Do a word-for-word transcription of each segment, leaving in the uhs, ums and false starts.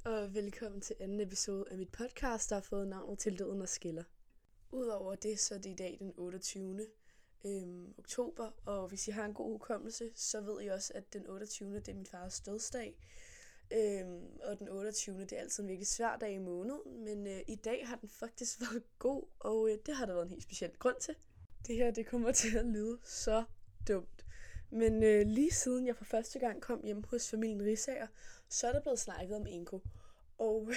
og velkommen til anden episode af mit podcast, der har fået navnet Til døden og skiller. Udover det, så er det i dag den otteogtyvende Øhm, oktober, og hvis I har en god hukommelse, så ved I også, at den otteogtyvende det er min fars dødsdag. Øhm, og den otteogtyvende det er altid en virkelig svær dag i måneden, men øh, i dag har den faktisk været god, og øh, det har der været en helt speciel grund til. Det her, det kommer til at lyde så dumt. Men øh, lige siden jeg for første gang kom hjem hos familien Risager, så er der blevet snakket om Inko. Og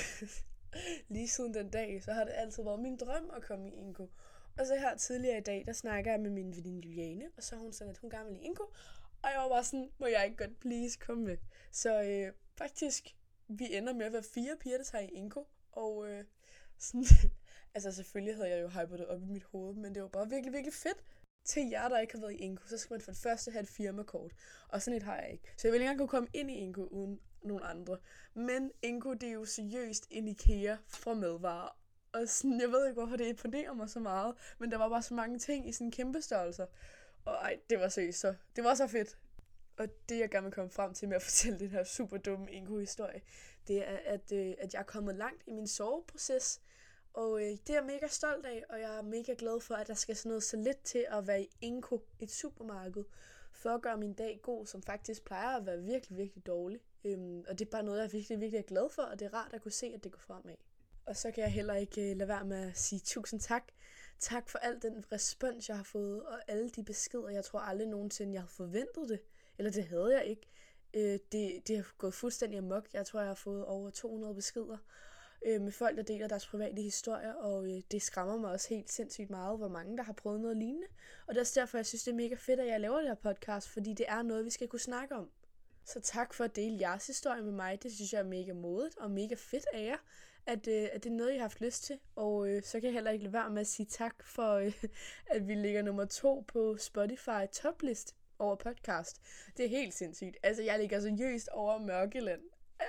lige siden den dag, så har det altid været min drøm at komme i Inko. Og så her tidligere i dag, der snakker jeg med min veninde Juliane, og så har hun sagt, at hun gerne vil i Inko. Og jeg var bare sådan, må jeg ikke godt please komme med? Så øh, faktisk, vi ender med at være fire piger, der tager i Inko. Og øh, sådan, altså selvfølgelig havde jeg jo hypet det op i mit hoved, men det var bare virkelig, virkelig fedt. Til jer, der ikke har været i Inko, så skal man for det første have et firmakort. Og sådan et har jeg ikke. Så jeg vil ikke engang kunne komme ind i Inko uden nogen andre. Men Inko, det er jo seriøst en IKEA fra madvarer. Og sådan, jeg ved ikke, hvorfor det imponerer mig så meget. Men der var bare så mange ting i sådan kæmpe størrelser. Og ej, det var seriøst så. Det var så fedt. Og det, jeg gerne vil komme frem til med at fortælle den her super dumme Inko-historie, det er, at, øh, at jeg er kommet langt i min soveproces. Og øh, det er jeg mega stolt af, og jeg er mega glad for, at der skal sådan noget så lidt til at være i Inko, et supermarked, for at gøre min dag god, som faktisk plejer at være virkelig, virkelig dårlig. Øhm, og det er bare noget, jeg er virkelig, virkelig er glad for, og det er rart at kunne se, at det går fremad. Og så kan jeg heller ikke øh, lade være med at sige tusind tak. Tak for al den respons, jeg har fået, og alle de beskeder. Jeg tror aldrig nogensinde, jeg har forventet det, eller det havde jeg ikke. Øh, det, det har gået fuldstændig amok. Jeg tror, jeg har fået over to hundrede beskeder øh, med folk, der deler deres private historier, og øh, det skræmmer mig også helt sindssygt meget, hvor mange, der har prøvet noget lignende. Og det er også derfor, jeg synes, det er mega fedt, at jeg laver det her podcast, fordi det er noget, vi skal kunne snakke om. Så tak for at dele jeres historie med mig. Det synes jeg er mega modigt og mega fedt af jer, at, øh, at det er noget, jeg har haft lyst til. Og øh, så kan jeg heller ikke lade være med at sige tak for, øh, at vi ligger nummer to på Spotify toplist over podcast. Det er helt sindssygt. Altså, jeg ligger seriøst over Mørkeland.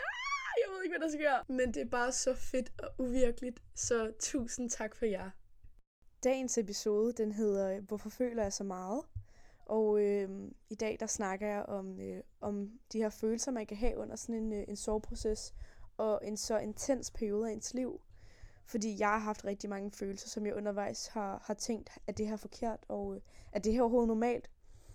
Jeg ved ikke, hvad der sker. Men det er bare så fedt og uvirkeligt. Så tusind tak for jer. Dagens episode, den hedder Hvorfor føler jeg så meget? Og øh, i dag, der snakker jeg om, øh, om de her følelser, man kan have under sådan en, øh, en soveproces. Og en så intens periode af ens liv. Fordi jeg har haft rigtig mange følelser, som jeg undervejs har, har tænkt, at det her er forkert. Og øh, at det her er overhovedet normalt.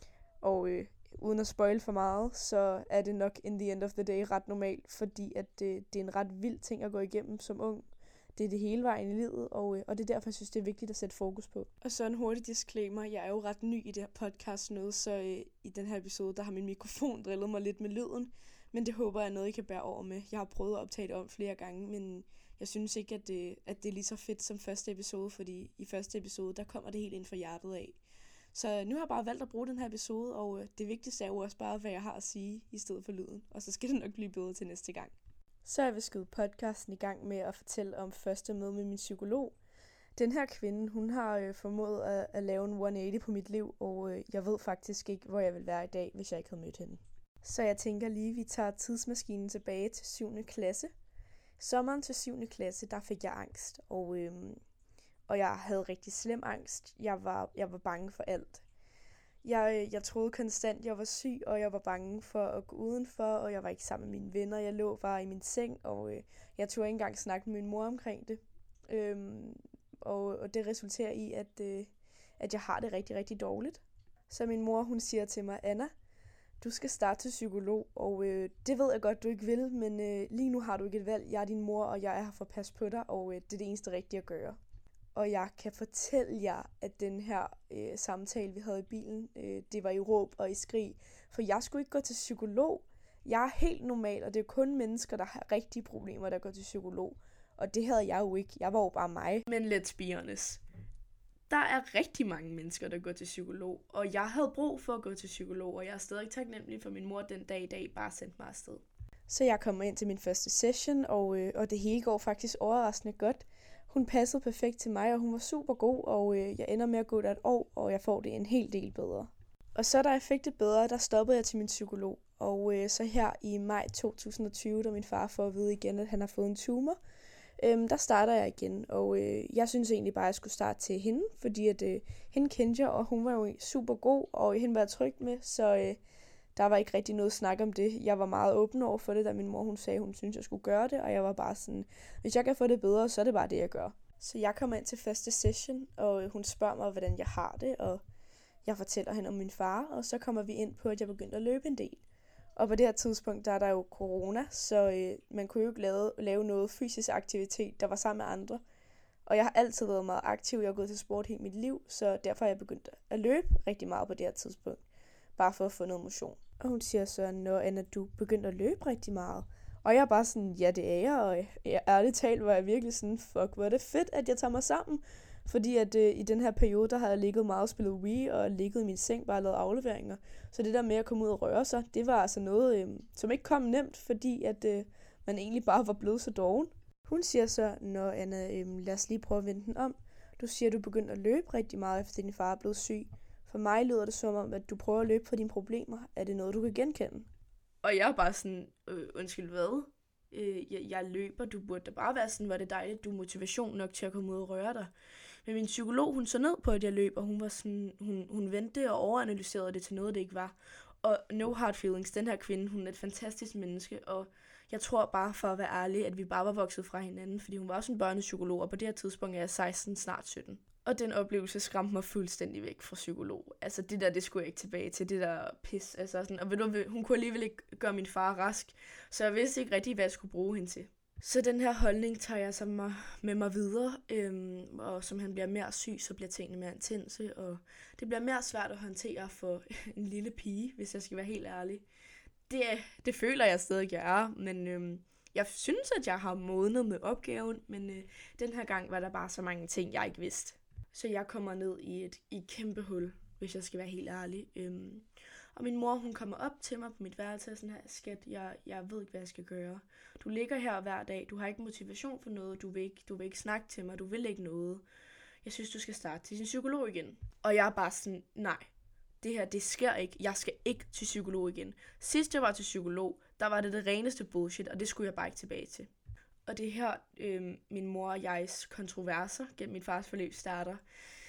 Og øh, uden at spoil for meget, så er det nok in the end of the day ret normalt, fordi at det, det er en ret vild ting at gå igennem som ung. Det er det hele vejen i livet, og, og det er derfor, jeg synes, det er vigtigt at sætte fokus på. Og så en hurtig disclaimer. Jeg er jo ret ny i det her podcast noget, så øh, i den her episode, der har min mikrofon drillet mig lidt med lyden. Men det håber jeg er noget, I kan bære over med. Jeg har prøvet at optage det om flere gange, men jeg synes ikke, at det, at det er lige så fedt som første episode, fordi i første episode, der kommer det helt ind fra hjertet af. Så nu har jeg bare valgt at bruge den her episode, og det vigtigste er jo også bare, hvad jeg har at sige, i stedet for lyden. Og så skal det nok blive bedre til næste gang. Så jeg vil skyde podcasten i gang med at fortælle om første møde med min psykolog. Den her kvinde, hun har øh, formået at, at lave en et hundrede otte på mit liv, og øh, jeg ved faktisk ikke, hvor jeg ville være i dag, hvis jeg ikke havde mødt hende. Så jeg tænker lige, at vi tager tidsmaskinen tilbage til syvende klasse. Sommeren til syvende klasse, der fik jeg angst, og... Øh, Og jeg havde rigtig slem angst. Jeg var, jeg var bange for alt. Jeg, jeg troede konstant, jeg var syg, og jeg var bange for at gå udenfor, og jeg var ikke sammen med mine venner. Jeg lå bare i min seng, og øh, jeg turde ikke engang snakke med min mor omkring det. Øhm, og, og det resulterer i, at, øh, at jeg har det rigtig, rigtig dårligt. Så min mor, hun siger til mig, Anna, du skal starte til psykolog, og øh, det ved jeg godt, du ikke vil, men øh, lige nu har du ikke et valg. Jeg er din mor, og jeg er her for at passe på dig, og øh, det er det eneste rigtige at gøre. Og jeg kan fortælle jer, at den her øh, samtale, vi havde i bilen, øh, det var i råb og i skrig. For jeg skulle ikke gå til psykolog. Jeg er helt normal, og det er kun mennesker, der har rigtige problemer, der går til psykolog. Og det havde jeg jo ikke. Jeg var jo bare mig. Men let's be honest. Der er rigtig mange mennesker, der går til psykolog. Og jeg havde brug for at gå til psykolog, og jeg er stadig taknemmelig for min mor den dag i dag bare sendte mig afsted. Så jeg kommer ind til min første session, og, øh, og det hele går faktisk overraskende godt. Hun passede perfekt til mig, og hun var super god, og øh, jeg ender med at gå der et år, og jeg får det en hel del bedre. Og så da jeg fik det bedre, der stoppede jeg til min psykolog. Og øh, så her i maj to tusind og tyve, da min far får at vide igen, at han har fået en tumor, øh, der starter jeg igen. Og øh, jeg synes egentlig bare, at jeg skulle starte til hende, fordi at, øh, hende kendte jeg, og hun var jo super god, og hende var jeg tryg med, så øh, der var ikke rigtig noget snak om det. Jeg var meget åben over for det, da min mor hun sagde, hun syntes, jeg skulle gøre det, og jeg var bare sådan, hvis jeg kan få det bedre, så er det bare det, jeg gør. Så jeg kommer ind til første session, og hun spørger mig, hvordan jeg har det, og jeg fortæller hende om min far, og så kommer vi ind på, at jeg begyndte at løbe en del. Og på det her tidspunkt, der er der jo corona, så øh, man kunne jo ikke lave, lave noget fysisk aktivitet, der var sammen med andre. Og jeg har altid været meget aktiv, jeg har gået til sport hele mit liv, så derfor har jeg begyndt at løbe rigtig meget på det her tidspunkt. Bare for at få noget motion. Og hun siger så, når Anna, du begyndte at løbe rigtig meget. Og jeg er bare sådan, ja det er jeg, og jeg, ærligt talt var jeg virkelig sådan, fuck hvor er det fedt, at jeg tager mig sammen. Fordi at øh, i den her periode, der har jeg ligget meget og spillet Wii, og ligget i min seng, bare lavet afleveringer. Så det der med at komme ud og røre sig, det var altså noget, øh, som ikke kom nemt, fordi at øh, man egentlig bare var blevet så doven. Hun siger så, når Anna, øh, lad os lige prøve at vende den om. Du siger, at du begyndte at løbe rigtig meget, efter din far er blevet syg. For mig lyder det som om, at du prøver at løbe fra dine problemer. Er det noget, du kan genkende? Og jeg er bare sådan, øh, undskyld hvad? Øh, jeg, jeg løber, du burde da bare være sådan, var det dejligt, du er motivation nok til at komme ud og røre dig. Men min psykolog, hun så ned på, at jeg løb, og hun var sådan, hun, hun vendte og overanalyserede det til noget, det ikke var. Og no hard feelings, den her kvinde, hun er et fantastisk menneske, og jeg tror bare, for at være ærlig, at vi bare var vokset fra hinanden, fordi hun var også en børnepsykolog, og på det her tidspunkt er jeg seksten, snart sytten. Og den oplevelse skræmte mig fuldstændig væk fra psykolog. Altså det der, det skulle jeg ikke tilbage til, det der pis. Altså sådan, og ved du, hun kunne alligevel ikke gøre min far rask, så jeg vidste ikke rigtig, hvad jeg skulle bruge hende til. Så den her holdning tager jeg så mig, med mig videre, øhm, og som han bliver mere syg, så bliver tingene mere intense, og det bliver mere svært at håndtere for en lille pige, hvis jeg skal være helt ærlig. Det, det føler jeg stadig, jeg er, men øhm, jeg synes, at jeg har modnet med opgaven, men øh, den her gang var der bare så mange ting, jeg ikke vidste. Så jeg kommer ned i et, i et kæmpe hul, hvis jeg skal være helt ærlig. Øhm, og min mor, hun kommer op til mig på mit værelse og sådan her, skat, jeg, jeg ved ikke, hvad jeg skal gøre. Du ligger her hver dag, du har ikke motivation for noget, du vil ikke, du vil ikke snakke til mig, du vil ikke noget. Jeg synes, du skal starte til sin psykolog igen. Og jeg er bare sådan, nej, det her, det sker ikke. Jeg skal ikke til psykolog igen. Sidst jeg var til psykolog, der var det det reneste bullshit, og det skulle jeg bare ikke tilbage til. Og det er her, øh, min mor og jegs kontroverser gennem min fars forløb starter.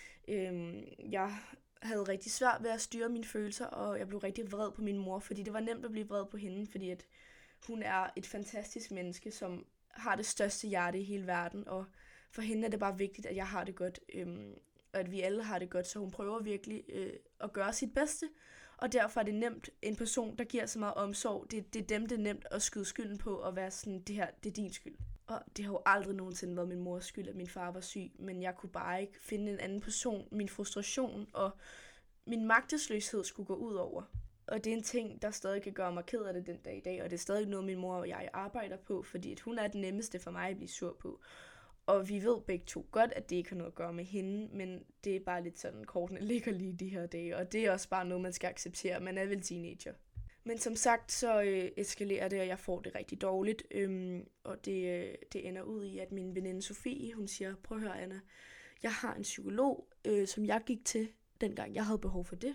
Øh, jeg havde rigtig svært ved at styre mine følelser, og jeg blev rigtig vred på min mor, fordi det var nemt at blive vred på hende, fordi at hun er et fantastisk menneske, som har det største hjerte i hele verden, og for hende er det bare vigtigt, at jeg har det godt, øh, og at vi alle har det godt, så hun prøver virkelig øh, at gøre sit bedste, og derfor er det nemt, en person, der giver så meget omsorg, det, det er dem, det er nemt at skyde skylden på, og være sådan, det her, det er din skyld. Og det har jo aldrig nogensinde været min mors skyld, at min far var syg, men jeg kunne bare ikke finde en anden person, min frustration og min magtesløshed skulle gå ud over. Og det er en ting, der stadig kan gøre mig ked af det den dag i dag, og det er stadig noget, min mor og jeg arbejder på, fordi at hun er den nemmeste for mig at blive sur på. Og vi ved begge to godt, at det ikke har noget at gøre med hende, men det er bare lidt sådan, kortene ligger lige de her dage, og det er også bare noget, man skal acceptere. Man er vel teenager. Men som sagt, så øh, eskalerer det, og jeg får det rigtig dårligt, øhm, og det, øh, det ender ud i, at min veninde Sofie, hun siger, prøv at høre Anna, jeg har en psykolog, øh, som jeg gik til, dengang jeg havde behov for det,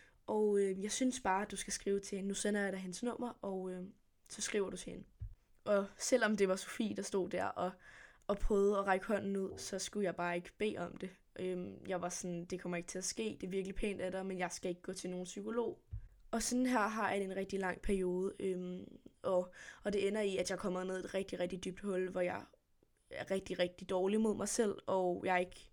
og øh, jeg synes bare, at du skal skrive til hende. Nu sender jeg dig hendes nummer, og øh, så skriver du til hende. Og selvom det var Sofie, der stod der og, og prøvede at række hånden ud, så skulle jeg bare ikke bede om det. Øh, jeg var sådan, det kommer ikke til at ske, det er virkelig pænt af dig, men jeg skal ikke gå til nogen psykolog. Og sådan her har jeg en rigtig lang periode, øhm, og, og det ender i, at jeg kommer ned i et rigtig, rigtig dybt hul, hvor jeg er rigtig, rigtig dårlig mod mig selv, og jeg ikke,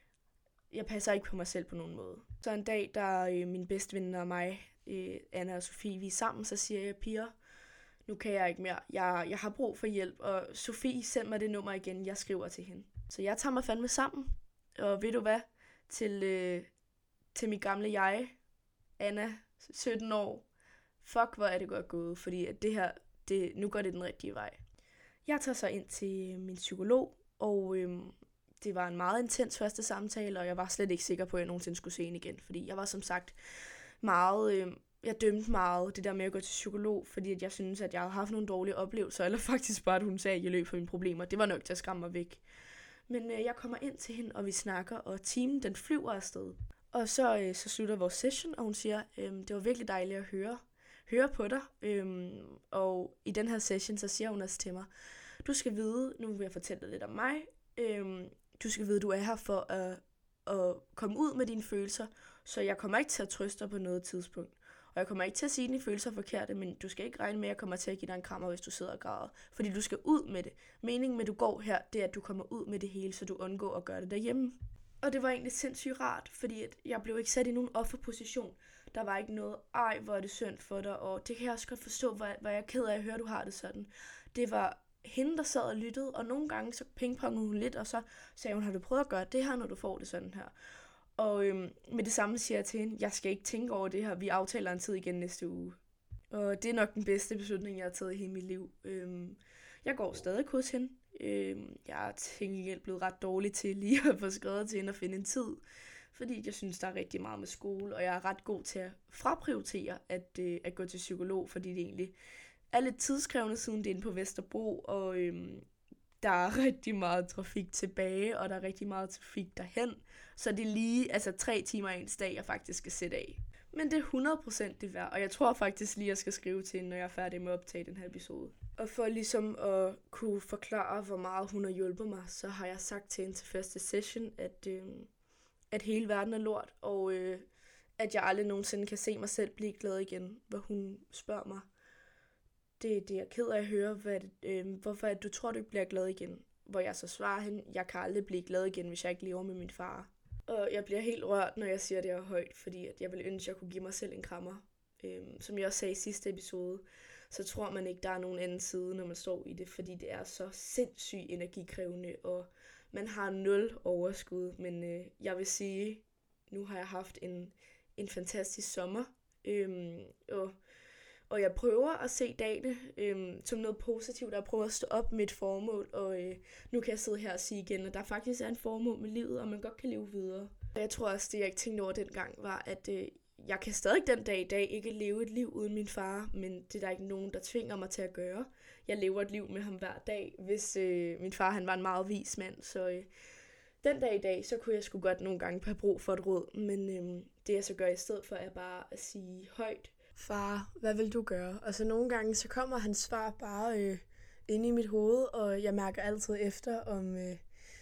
jeg passer ikke på mig selv på nogen måde. Så en dag, der øh, min bedste veninde og mig, øh, Anna og Sofie, vi er sammen, så siger jeg, piger, nu kan jeg ikke mere, jeg, jeg har brug for hjælp, og Sofie, send mig det nummer igen, jeg skriver til hende. Så jeg tager mig fandme sammen, og ved du hvad, til, øh, til mit gamle jeg, Anna, sytten år. Fuck, hvor er det godt gået, fordi at det her, det, nu går det den rigtige vej. Jeg tager så ind til min psykolog, og øhm, det var en meget intens første samtale, og jeg var slet ikke sikker på, at jeg nogensinde skulle se hende igen, fordi jeg var som sagt meget, øhm, jeg dømte meget det der med at gå til psykolog, fordi at jeg synes, at jeg havde haft nogle dårlige oplevelser, eller faktisk bare, at hun sagde, at jeg løb for mine problemer. Det var nok til at skræmme mig væk. Men øh, jeg kommer ind til hende, og vi snakker, og timen den flyver afsted. Og så, øh, så slutter vores session, og hun siger, øhm, det var virkelig dejligt at høre, høre på dig. Øhm, og i den her session, så siger hun også til mig, du skal vide, nu vil jeg fortælle dig lidt om mig, øhm, du skal vide, du er her for at, at komme ud med dine følelser, så jeg kommer ikke til at trøste dig på noget tidspunkt. Og jeg kommer ikke til at sige, at dine følelser er forkerte, men du skal ikke regne med, at jeg kommer til at give dig en krammer, hvis du sidder og græder. Fordi du skal ud med det. Meningen med, at du går her, det er, at du kommer ud med det hele, så du undgår at gøre det derhjemme. Og det var egentlig sindssygt rart, fordi at jeg blev ikke sat i nogen offerposition. Der var ikke noget, ej, hvor er det synd for dig, og det kan jeg også godt forstå, hvor jeg er ked af at høre, du har det sådan. Det var hende, der sad og lyttede, og nogle gange så pingpongede hun lidt, og så sagde hun, har du prøvet at gøre det her, når du får det sådan her? Og øhm, med det samme siger jeg til hende, jeg skal ikke tænke over det her, vi aftaler en tid igen næste uge. Og det er nok den bedste beslutning, jeg har taget i hele mit liv. Øhm, jeg går stadig hos hende. Øhm, jeg er til gengæld blevet ret dårlig til lige at få skrevet til hende og finde en tid. Fordi jeg synes, der er rigtig meget med skole, og jeg er ret god til at fraprioritere at, øh, at gå til psykolog, fordi det egentlig er lidt tidskrævende, siden det er inde på Vesterbro, og øhm, der er rigtig meget trafik tilbage, og der er rigtig meget trafik derhen. Så det er lige altså tre timer af ens dag, jeg faktisk skal sætte af. Men det er hundrede procent det værd, og jeg tror faktisk lige, jeg skal skrive til hende, når jeg er færdig med at optage den her episode. Og for ligesom at kunne forklare, hvor meget hun har hjulpet mig, så har jeg sagt til hende til første session, at, øh, at hele verden er lort, og øh, at jeg aldrig nogensinde kan se mig selv blive glad igen, hvor hun spørger mig. Det, det er jeg ked af at høre, hvad det, øh, hvorfor at du tror, du ikke bliver glad igen. Hvor jeg så svarer hende, jeg kan aldrig blive glad igen, hvis jeg ikke lever med min far. Og jeg bliver helt rørt, når jeg siger det her højt, fordi at jeg vil ønske, at jeg kunne give mig selv en krammer. Øhm, som jeg også sagde i sidste episode, så tror man ikke, der er nogen anden side, når man står i det, fordi det er så sindssygt energikrævende, og man har nul overskud. Men øh, jeg vil sige, nu har jeg haft en, en fantastisk sommer, øhm, og Og jeg prøver at se dagene øhm, som noget positivt, og jeg prøver at stå op med et formål, og øh, nu kan jeg sidde her og sige igen, at der faktisk er en formål med livet, og man godt kan leve videre. Og jeg tror også, det jeg ikke tænkte over dengang, var, at øh, jeg kan stadig den dag i dag ikke leve et liv uden min far, men det er der ikke nogen, der tvinger mig til at gøre. Jeg lever et liv med ham hver dag, hvis øh, min far han var en meget vis mand, så øh, den dag i dag, så kunne jeg sgu godt nogle gange have brug for et råd, men øh, det jeg så gør i stedet for, er bare at sige højt, far, hvad vil du gøre? Og så nogle gange, så kommer hans svar bare øh, ind i mit hoved, og jeg mærker altid efter, om, øh,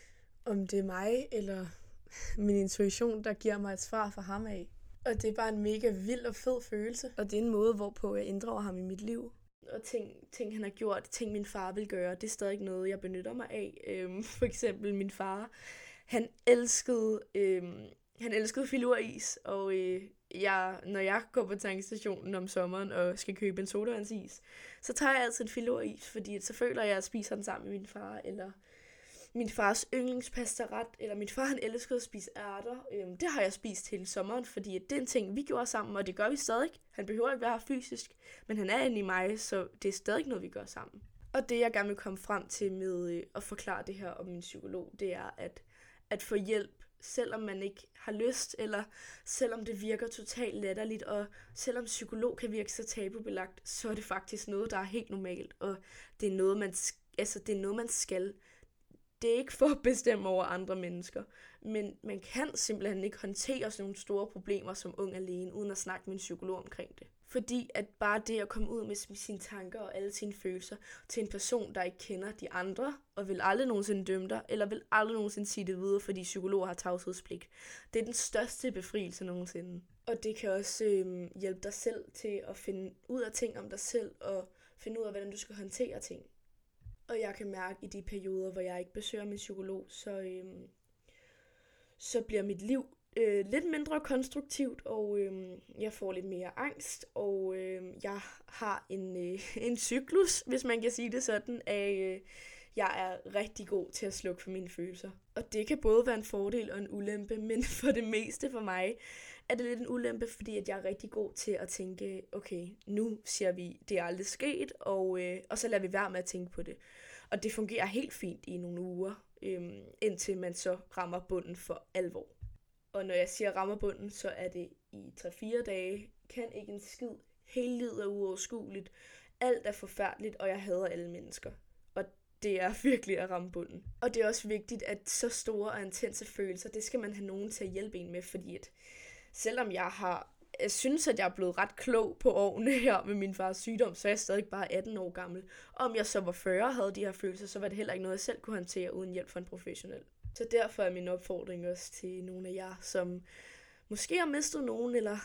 om det er mig, eller min intuition, der giver mig et svar fra ham af. Og det er bare en mega vild og fed følelse, og det er en måde, hvorpå jeg inddrager ham i mit liv. Og ting, ting han har gjort, ting min far vil gøre, det er stadig noget, jeg benytter mig af. Øhm, for eksempel min far, han elskede, øhm, han elskede filuris, og øh, jeg, når jeg går på tankstationen om sommeren og skal købe en sodavandsis, så tager jeg altid en filuris, fordi så føler jeg, at jeg spiser den sammen med min far, eller min fars yndlingspastaret, eller min far han elskede at spise ærter. Øhm, det har jeg spist hele sommeren, fordi det er en ting, vi gjorde sammen, og det gør vi stadig. Han behøver ikke være her fysisk, men han er inde i mig, så det er stadig noget, vi gør sammen. Og det, jeg gerne vil komme frem til med øh, at forklare det her om min psykolog, det er at, at få hjælp, selvom man ikke har lyst, eller selvom det virker totalt latterligt, og selvom psykolog kan virke så tabubelagt, så er det faktisk noget, der er helt normalt, og det er noget, man, altså, det er noget, man skal. Det er ikke for at bestemme over andre mennesker, men man kan simpelthen ikke håndtere sådan nogle store problemer som ung alene, uden at snakke med en psykolog omkring det. Fordi at bare det at komme ud med sine tanker og alle sine følelser til en person, der ikke kender de andre, og vil aldrig nogensinde dømme dig, eller vil aldrig nogensinde sige det videre, fordi psykologer har tavshedspligt. Det er den største befrielse nogensinde. Og det kan også øh, hjælpe dig selv til at finde ud af ting om dig selv, og finde ud af, hvordan du skal håndtere ting. Og jeg kan mærke i de perioder, hvor jeg ikke besøger min psykolog, så, øh, så bliver mit liv øh, lidt mindre konstruktivt, og øh, jeg får lidt mere angst, og øh, jeg har en, øh, en cyklus, hvis man kan sige det sådan, af øh, jeg er rigtig god til at slukke for mine følelser. Og det kan både være en fordel og en ulempe, men for det meste for mig er det lidt en ulempe, fordi at jeg er rigtig god til at tænke, okay, nu siger vi, det er aldrig sket, og, øh, og så lader vi være med at tænke på det. Og det fungerer helt fint i nogle uger, øh, indtil man så rammer bunden for alvor. Og når jeg siger rammer bunden, så er det i tre fire dage, kan ikke en skid, hele livet er uoverskueligt, alt er forfærdeligt, og jeg hader alle mennesker. Og det er virkelig at ramme bunden. Og det er også vigtigt, at så store og intense følelser, det skal man have nogen til at hjælpe en med, fordi at selvom jeg har, jeg synes, at jeg er blevet ret klog på årene her med min fars sygdom, så er jeg stadig bare atten år gammel. Og om jeg så var fyrre og havde de her følelser, så var det heller ikke noget, jeg selv kunne håndtere uden hjælp fra en professionel. Så derfor er min opfordring også til nogle af jer, som måske har mistet nogen, eller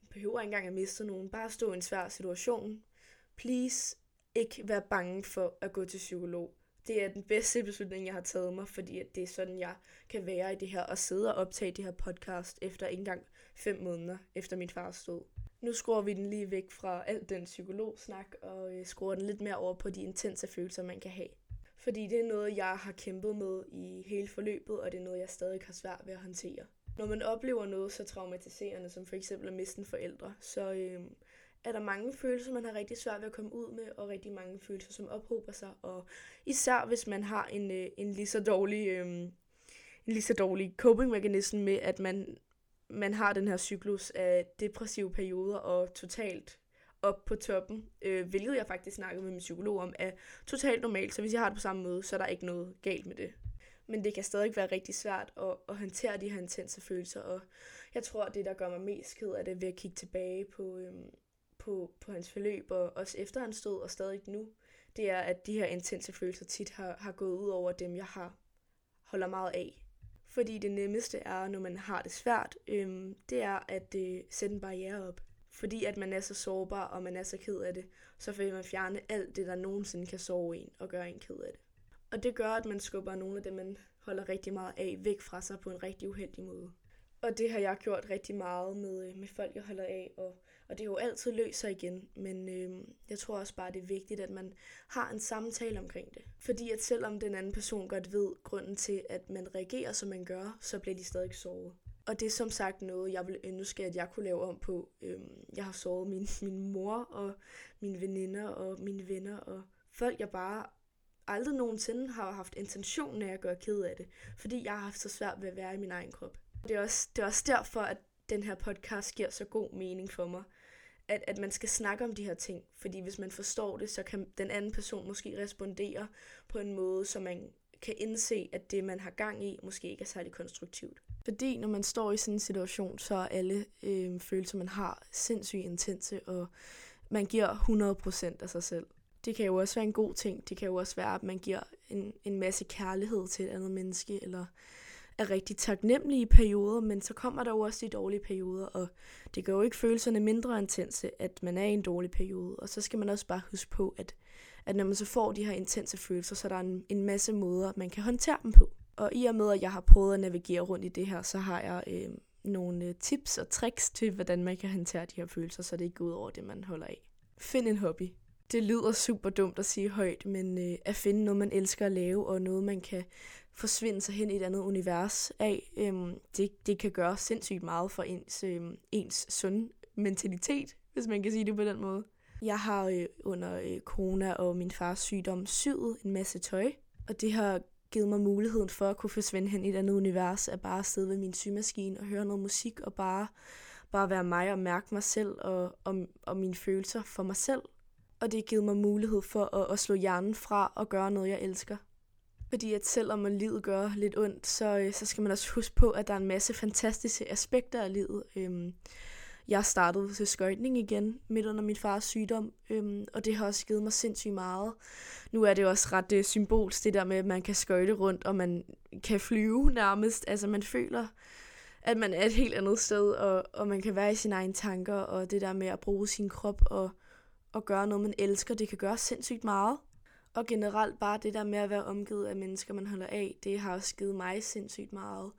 behøver ikke engang at miste nogen. Bare stå i en svær situation. Please, ikke være bange for at gå til psykolog. Det er den bedste beslutning, jeg har taget mig, fordi at det er sådan, jeg kan være i det her, og sidde og optage det her podcast efter ikke engang fem måneder efter min fars død. Nu skruer vi den lige væk fra alt den psykologsnak, og øh, skruer den lidt mere over på de intense følelser, man kan have. Fordi det er noget, jeg har kæmpet med i hele forløbet, og det er noget, jeg stadig har svært ved at håndtere. Når man oplever noget så traumatiserende, som for eksempel at miste en forældre, så øh, er der mange følelser, man har rigtig svært ved at komme ud med, og rigtig mange følelser, som ophober sig. Og især hvis man har en, øh, en lige så dårlig, øh, en lige så dårlig coping-mekanisme med, at man, man har den her cyklus af depressive perioder og totalt op på toppen, øh, hvilket jeg faktisk snakkede med min psykolog om, er totalt normalt. Så hvis jeg har det på samme måde, så er der ikke noget galt med det. Men det kan stadig være rigtig svært at, at håndtere de her intense følelser, og jeg tror, at det, der gør mig mest ked af det, ved at kigge tilbage på, øhm, på, på hans forløb, og også efter hans død, og stadig nu, det er, at de her intense følelser tit har, har gået ud over dem, jeg har holder meget af. Fordi det nemmeste er, når man har det svært, øhm, det er at øh, sætte en barriere op. Fordi at man er så sårbar, og man er så ked af det, så vil man fjerne alt det, der nogensinde kan såre en, og gøre en ked af det. Og det gør, at man skubber nogle af dem, man holder rigtig meget af, væk fra sig på en rigtig uheldig måde. Og det har jeg gjort rigtig meget med, med folk, jeg holder af, og, og det er jo altid løst sig igen. Men øh, jeg tror også bare, det er vigtigt, at man har en samtale omkring det. Fordi at selvom den anden person godt ved grunden til, at man reagerer, som man gør, så bliver de stadig såret. Og det er som sagt noget, jeg ville ønske, at jeg kunne lave om på. Øhm, jeg har såret min, min mor og mine veninder og mine venner og folk, jeg bare aldrig nogensinde har haft intentionen af at gøre ked af det. Fordi jeg har haft så svært ved at være i min egen krop. Det er også, det er også derfor, at den her podcast giver så god mening for mig. At, at man skal snakke om de her ting. Fordi hvis man forstår det, så kan den anden person måske respondere på en måde, så man kan indse, at det, man har gang i, måske ikke er særlig konstruktivt. Fordi når man står i sådan en situation, så er alle øh, følelser, man har, sindssygt intense, og man giver hundrede procent af sig selv. Det kan jo også være en god ting. Det kan jo også være, at man giver en, en masse kærlighed til et andet menneske, eller er rigtig taknemmelige i perioder, men så kommer der jo også de dårlige perioder, og det gør jo ikke følelserne mindre intense, at man er i en dårlig periode. Og så skal man også bare huske på, at, at når man så får de her intense følelser, så er der en, en masse måder, man kan håndtere dem på. Og i og med, at jeg har prøvet at navigere rundt i det her, så har jeg øh, nogle tips og tricks til, hvordan man kan håndtere de her følelser, så det ikke går ud over det, man holder af. Find en hobby. Det lyder super dumt at sige højt, men øh, at finde noget, man elsker at lave, og noget, man kan forsvinde sig hen i et andet univers af, øh, det, det kan gøre sindssygt meget for ens, øh, ens sunde mentalitet, hvis man kan sige det på den måde. Jeg har øh, under øh, corona og min fars sygdom syet en masse tøj, og det har givet mig muligheden for at kunne forsvinde hen i et andet univers, at bare sidde ved min symaskine og høre noget musik, og bare, bare være mig og mærke mig selv og, og, og mine følelser for mig selv. Og det har givet mig mulighed for at, at slå hjernen fra og gøre noget, jeg elsker. Fordi at selvom man livet gør lidt ondt, så, så skal man også huske på, at der er en masse fantastiske aspekter af livet. Øhm, jeg startede til skøjtning igen midt under min fars sygdom, øhm, og det har også givet mig sindssygt meget. Nu er det også ret øh, symbolsk, det der med, at man kan skøjte rundt, og man kan flyve nærmest. Altså man føler, at man er et helt andet sted, og, og man kan være i sine egne tanker, og det der med at bruge sin krop og, og gøre noget, man elsker, det kan gøre sindssygt meget. Og generelt bare det der med at være omgivet af mennesker, man holder af, det har også givet mig sindssygt meget.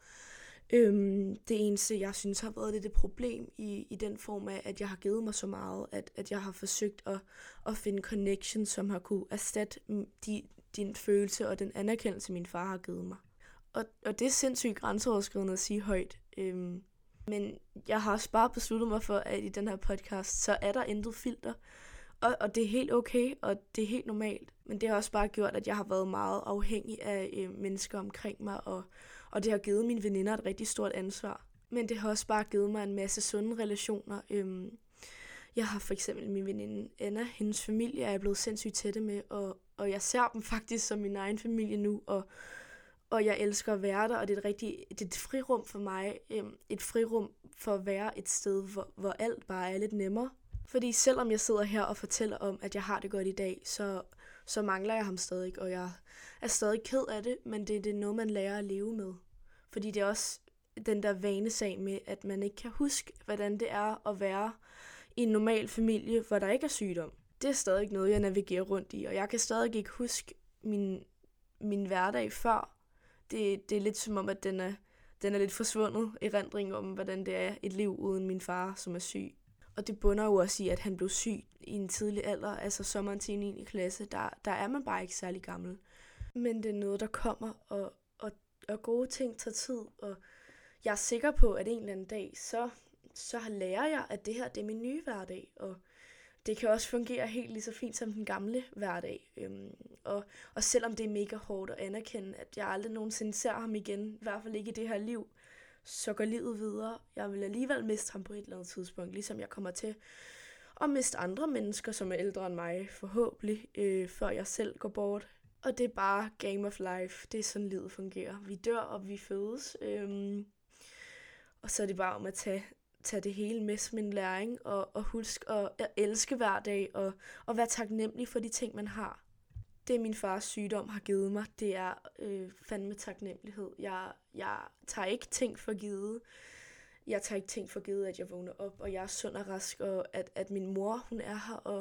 Øhm, det eneste, jeg synes har været lidt et problem i, i den form af, at jeg har givet mig så meget, at, at jeg har forsøgt at, at finde connection, som har kunne erstatte de, din følelse og den anerkendelse, min far har givet mig. Og, og det er sindssygt grænseoverskridende at sige højt. Øhm, men jeg har også bare besluttet mig for, at i den her podcast, så er der intet filter. Og, og det er helt okay, og det er helt normalt. Men det har også bare gjort, at jeg har været meget afhængig af øh, mennesker omkring mig, og, og det har givet mine veninder et rigtig stort ansvar. Men det har også bare givet mig en masse sunde relationer. Øhm, jeg har for eksempel min veninde Anna, hendes familie er jeg blevet sindssygt tætte med, og, og jeg ser dem faktisk som min egen familie nu, og, og jeg elsker at være der, og det er et, rigtig, det er et frirum for mig, øhm, et frirum for at være et sted, hvor, hvor alt bare er lidt nemmere. Fordi selvom jeg sidder her og fortæller om, at jeg har det godt i dag, så, så mangler jeg ham stadig, og jeg er stadig ked af det, men det, det er noget, man lærer at leve med. Fordi det er også den der vanesag med, at man ikke kan huske, hvordan det er at være i en normal familie, hvor der ikke er sygdom. Det er stadig noget, jeg navigerer rundt i, og jeg kan stadig ikke huske min, min hverdag før. Det, det er lidt som om, at den er, den er lidt forsvundet, erindring om, hvordan det er et liv uden min far, som er syg. Og det bunder jo også i, at han blev syg i en tidlig alder, altså sommeren til niende klasse, der, der er man bare ikke særlig gammel. Men det er noget, der kommer, og, og, og gode ting tager tid, og jeg er sikker på, at en eller anden dag, så, så lærer jeg, at det her det er min nye hverdag, og det kan også fungere helt lige så fint som den gamle hverdag. Øhm, og, og selvom det er mega hårdt at anerkende, at jeg aldrig nogensinde ser ham igen, i hvert fald ikke i det her liv, så går livet videre. Jeg vil alligevel miste ham på et eller andet tidspunkt, ligesom jeg kommer til at miste andre mennesker, som er ældre end mig, forhåbentlig, øh, før jeg selv går bort. Og det er bare game of life. Det er sådan, livet fungerer. Vi dør, og vi fødes. Øhm, og så er det bare om at tage, tage det hele med som en læring, og, og huske at, at elske hver dag, og, og være taknemmelig for de ting, man har. Det, min fars sygdom har givet mig, det er øh, fandme taknemmelighed. Jeg, jeg tager ikke ting for givet. Jeg tager ikke ting for givet, at jeg vågner op, og jeg er sund og rask, og at, at min mor, hun er her, og,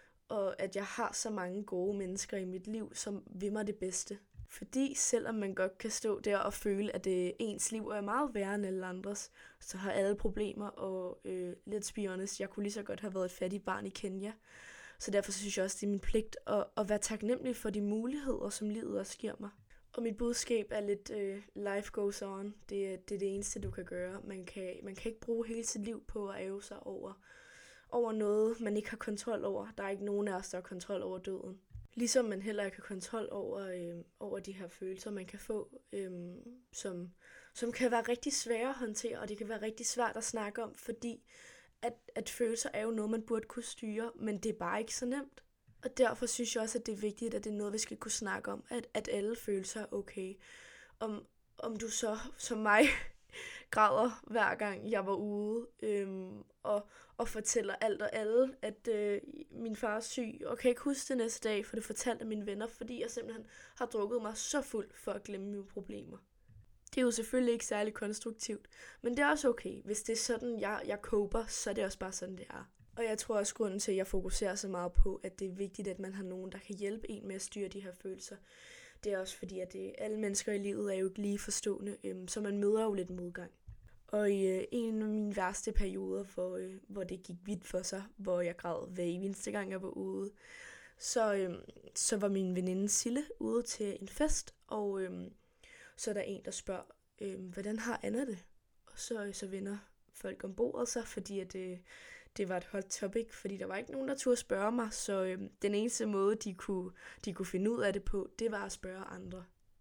og at jeg har så mange gode mennesker i mit liv, som vil mig det bedste. Fordi selvom man godt kan stå der og føle, at det, ens liv er meget værre end alle andres, så har alle problemer, og øh, let's be honest, jeg kunne lige så godt have været et fattigt barn i Kenya. Så derfor synes jeg også, det er min pligt at, at være taknemmelig for de muligheder, som livet også giver mig. Og mit budskab er lidt, uh, life goes on. Det, det er det eneste, du kan gøre. Man kan, man kan ikke bruge hele sit liv på at æve sig over, over noget, man ikke har kontrol over. Der er ikke nogen af os, der har kontrol over døden. Ligesom man heller ikke har kontrol over, øh, over de her følelser, man kan få, øh, som, som kan være rigtig svære at håndtere, og det kan være rigtig svært at snakke om, fordi at, at følelser er jo noget, man burde kunne styre, men det er bare ikke så nemt. Og derfor synes jeg også, at det er vigtigt, at det er noget, vi skal kunne snakke om, at, at alle følelser er okay. Om, om du så, som mig, græder hver gang jeg var ude, øhm, og, og fortæller alt og alle, at øh, min far er syg, og kan ikke huske det næste dag, for det fortalte af mine venner, fordi jeg simpelthen har drukket mig så fuld for at glemme mine problemer. Det er jo selvfølgelig ikke særlig konstruktivt, men det er også okay. Hvis det er sådan, jeg, jeg coper, så er det også bare sådan, det er. Og jeg tror også, grunden til, at jeg fokuserer så meget på, at det er vigtigt, at man har nogen, der kan hjælpe en med at styre de her følelser. Det er også fordi, at det, alle mennesker i livet er jo ikke lige forstående, øhm, så man møder jo lidt modgang. Og i øh, en af mine værste perioder, hvor, øh, hvor det gik vidt for sig, hvor jeg græd hver eneste gang, jeg var ude, så, øh, så var min veninde Sille ude til en fest, og øh, så er der en, der spørger, øh, hvordan har Anna det? Og så, så vender folk om bordet sig, fordi at, øh, det var et hot topic, fordi der var ikke nogen, der turde spørge mig, så øh, den eneste måde, de kunne, de kunne finde ud af det på, det var at spørge andre.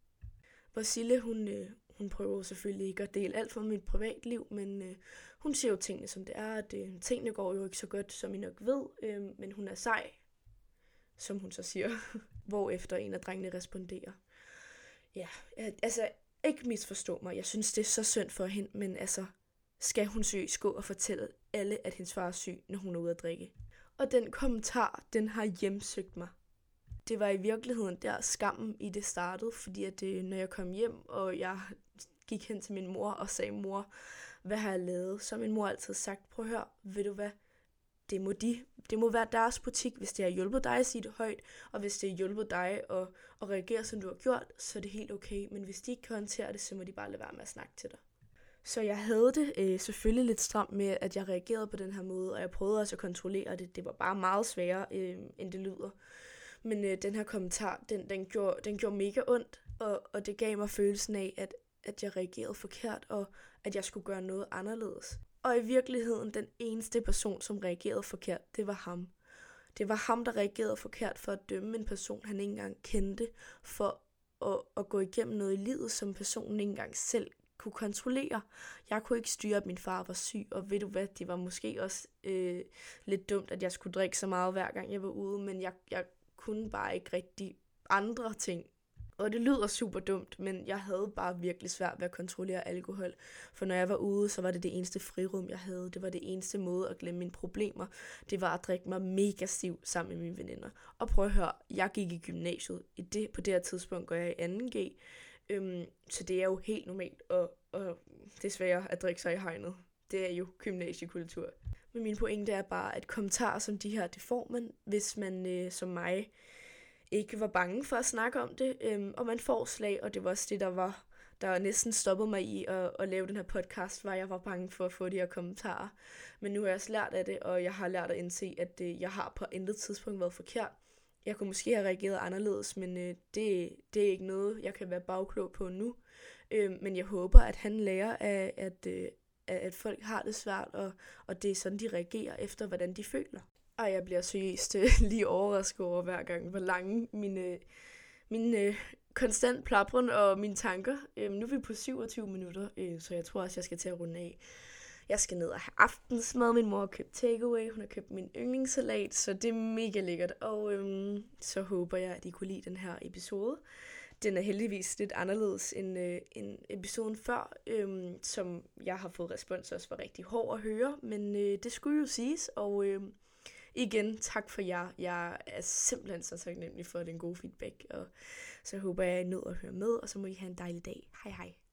Hvor Sille, hun, øh, hun prøver selvfølgelig ikke at dele alt fra mit privatliv, men øh, hun siger jo tingene, som det er, at øh, tingene går jo ikke så godt, som I nok ved, øh, men hun er sej, som hun så siger, hvorefter en af drengene responderer. Ja, altså, ikke misforstå mig, jeg synes, det er så synd for hende, men altså, skal hun seriøst gå og fortælle alle, at hendes far er syg, når hun er ude at drikke? Og den kommentar, den har hjemsøgt mig. Det var i virkeligheden der skammen i det startede, fordi at det, når jeg kom hjem, og jeg gik hen til min mor og sagde, mor, hvad har jeg lavet? Så min mor altid sagt, prøv at høre, ved du hvad, det må, de, det må være deres butik, hvis det har hjulpet dig at sige det højt, og hvis det har hjulpet dig at, at reagere, som du har gjort, så er det helt okay, men hvis de ikke kan håndtere det, så må de bare lade være med at snakke til dig. Så jeg havde det øh, selvfølgelig lidt stramt med, at jeg reagerede på den her måde, og jeg prøvede også at kontrollere det. Det var bare meget sværere, øh, end det lyder. Men øh, den her kommentar, den, den, gjorde, den gjorde mega ondt, og, og det gav mig følelsen af, at, at jeg reagerede forkert, og at jeg skulle gøre noget anderledes. Og i virkeligheden, den eneste person, som reagerede forkert, det var ham. Det var ham, der reagerede forkert for at dømme en person, han ikke engang kendte, for at, at gå igennem noget i livet, som personen ikke engang selv kunne kontrollere. Jeg kunne ikke styre, at min far var syg, og ved du hvad, det var måske også øh, lidt dumt, at jeg skulle drikke så meget hver gang jeg var ude, men jeg, jeg kunne bare ikke rigtig andre ting. Og det lyder super dumt, men jeg havde bare virkelig svært ved at kontrollere alkohol. For når jeg var ude, så var det det eneste frirum, jeg havde. Det var det eneste måde at glemme mine problemer. Det var at drikke mig mega stiv sammen med mine veninder. Og prøv at høre, jeg gik i gymnasiet. I det, på det her tidspunkt går jeg i anden G. Øhm, så det er jo helt normalt og, og desværre at drikke sig i hegnet. Det er jo gymnasiekultur. Men min pointe er bare, at kommentarer som de her, det får man, hvis man øh, som mig ikke var bange for at snakke om det. Øhm, og man får slag, og det var også det, der var der næsten stoppede mig i at, at lave den her podcast, var jeg var bange for at få de her kommentarer. Men nu har jeg også lært af det, og jeg har lært at indse, at øh, jeg har på intet tidspunkt været forkert. Jeg kunne måske have reageret anderledes, men øh, det, det er ikke noget, jeg kan være bagklog på nu. Øh, men jeg håber, at han lærer af, at, øh, at folk har det svært, og, og det er sådan, de reagerer efter, hvordan de føler. Og jeg bliver seriøst øh, lige overrasket over hver gang, hvor lange mine, mine øh, konstant plapren og mine tanker. Øh, nu er vi på syvogtyve minutter, øh, så jeg tror også, jeg skal til at runde af. Jeg skal ned og have aftensmad. Min mor har købt takeaway. Hun har købt min yndlingssalat, så det er mega lækkert. Og øhm, så håber jeg, at I kunne lide den her episode. Den er heldigvis lidt anderledes end, øh, end episoden før, øhm, som jeg har fået respons også var rigtig hård at høre. Men øh, det skulle jo siges, og øh, igen, tak for jer. Jeg er simpelthen så taknemmelig for den gode feedback, og så håber jeg, at I nød at høre med, og så må I have en dejlig dag. Hej hej.